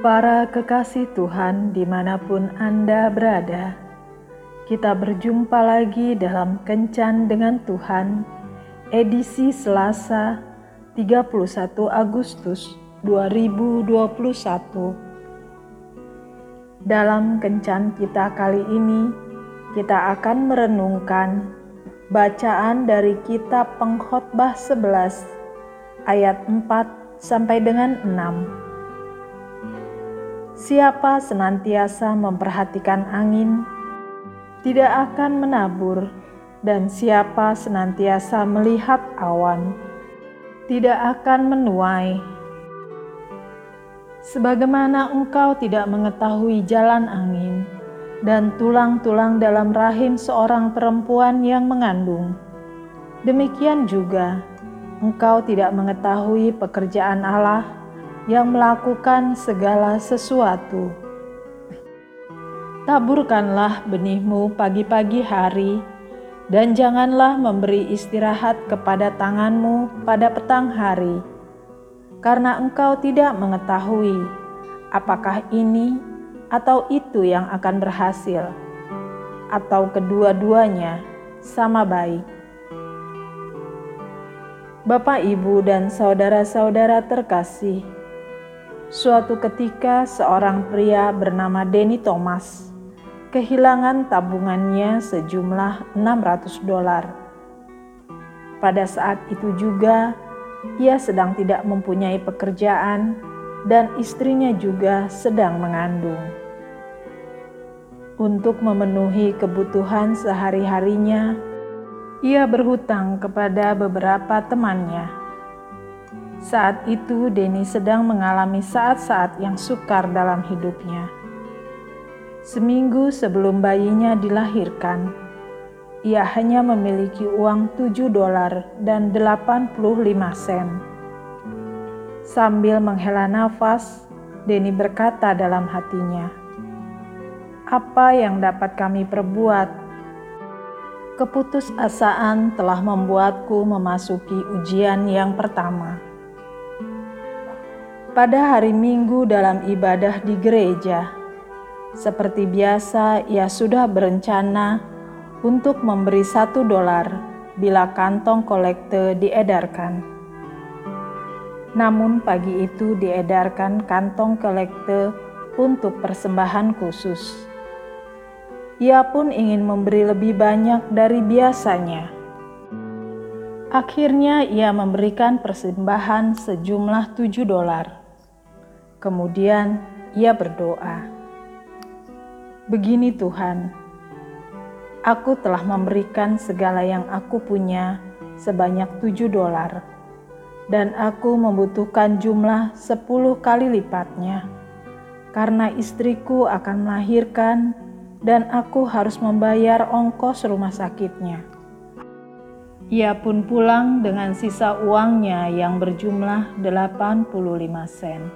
Para kekasih Tuhan dimanapun Anda berada, kita berjumpa lagi dalam Kencan dengan Tuhan, edisi Selasa 31 Agustus 2021. Dalam Kencan kita kali ini, kita akan merenungkan bacaan dari kitab Pengkhotbah 11 ayat 4 sampai dengan 6. Siapa senantiasa memperhatikan angin, tidak akan menabur, dan siapa senantiasa melihat awan, tidak akan menuai. Sebagaimana engkau tidak mengetahui jalan angin, dan tulang-tulang dalam rahim seorang perempuan yang mengandung, demikian juga engkau tidak mengetahui pekerjaan Allah yang melakukan segala sesuatu. Taburkanlah benihmu pagi-pagi hari, dan janganlah memberi istirahat kepada tanganmu pada petang hari, karena engkau tidak mengetahui apakah ini atau itu yang akan berhasil, atau kedua-duanya sama baik. Bapak, Ibu, dan saudara-saudara terkasih, suatu ketika seorang pria bernama Denny Thomas kehilangan tabungannya sejumlah $600. Pada saat itu juga ia sedang tidak mempunyai pekerjaan dan istrinya juga sedang mengandung. Untuk memenuhi kebutuhan sehari-harinya, ia berhutang kepada beberapa temannya. Saat itu Denny sedang mengalami saat-saat yang sukar dalam hidupnya. Seminggu sebelum bayinya dilahirkan, ia hanya memiliki uang $7 dan 85 sen. Sambil menghela nafas, Denny berkata dalam hatinya, "Apa yang dapat kami perbuat? Keputusasaan telah membuatku memasuki ujian yang pertama." Pada hari Minggu dalam ibadah di gereja, seperti biasa ia sudah berencana untuk memberi $1 bila kantong kolekte diedarkan. Namun pagi itu diedarkan kantong kolekte untuk persembahan khusus. Ia pun ingin memberi lebih banyak dari biasanya. Akhirnya ia memberikan persembahan sejumlah $7. Kemudian ia berdoa, "Begini Tuhan, aku telah memberikan segala yang aku punya sebanyak $7, dan aku membutuhkan jumlah 10 kali lipatnya, karena istriku akan melahirkan dan aku harus membayar ongkos rumah sakitnya." Ia pun pulang dengan sisa uangnya yang berjumlah 85 sen.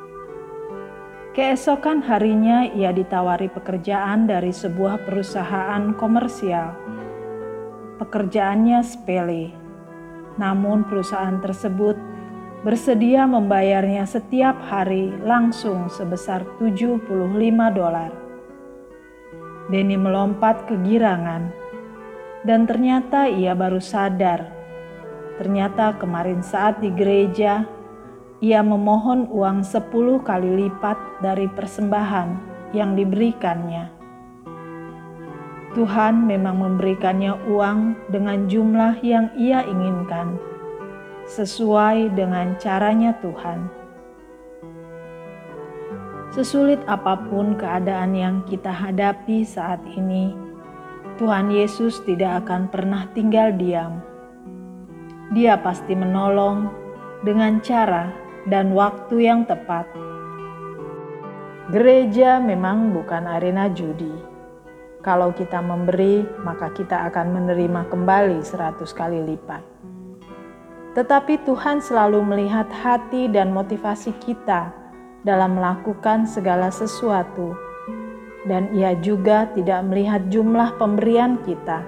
Keesokan harinya ia ditawari pekerjaan dari sebuah perusahaan komersial. Pekerjaannya sepele, namun perusahaan tersebut bersedia membayarnya setiap hari langsung sebesar $75. Denny melompat kegirangan, dan ternyata ia baru sadar. Ternyata kemarin saat di gereja, ia memohon uang 10 kali lipat dari persembahan yang diberikannya. Tuhan memang memberikannya uang dengan jumlah yang ia inginkan, sesuai dengan caranya Tuhan. Sesulit apapun keadaan yang kita hadapi saat ini, Tuhan Yesus tidak akan pernah tinggal diam. Dia pasti menolong dengan cara dan waktu yang tepat. Gereja memang bukan arena judi. Kalau kita memberi, maka kita akan menerima kembali 100 kali lipat. Tetapi Tuhan selalu melihat hati dan motivasi kita dalam melakukan segala sesuatu, dan Ia juga tidak melihat jumlah pemberian kita.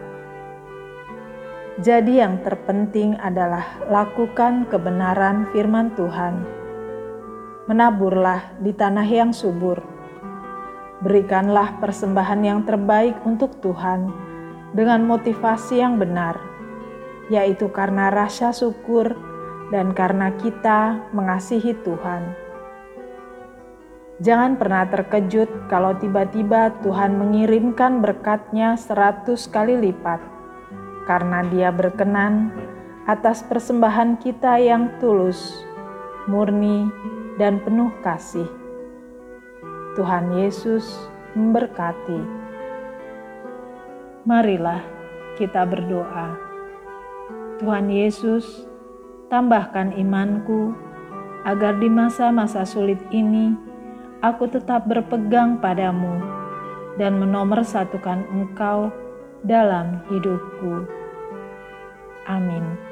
Jadi yang terpenting adalah lakukan kebenaran firman Tuhan. menaburlah di tanah yang subur. Berikanlah persembahan yang terbaik untuk Tuhan dengan motivasi yang benar, yaitu karena rasa syukur dan karena kita mengasihi Tuhan. Jangan pernah terkejut kalau tiba-tiba Tuhan mengirimkan berkat-Nya 100 kali lipat, karena Dia berkenan atas persembahan kita yang tulus, murni, dan penuh kasih. Tuhan Yesus memberkati. Marilah kita berdoa. Tuhan Yesus, tambahkan imanku agar di masa-masa sulit ini aku tetap berpegang padamu dan menomorsatukan Engkau dalam hidupku. Amin.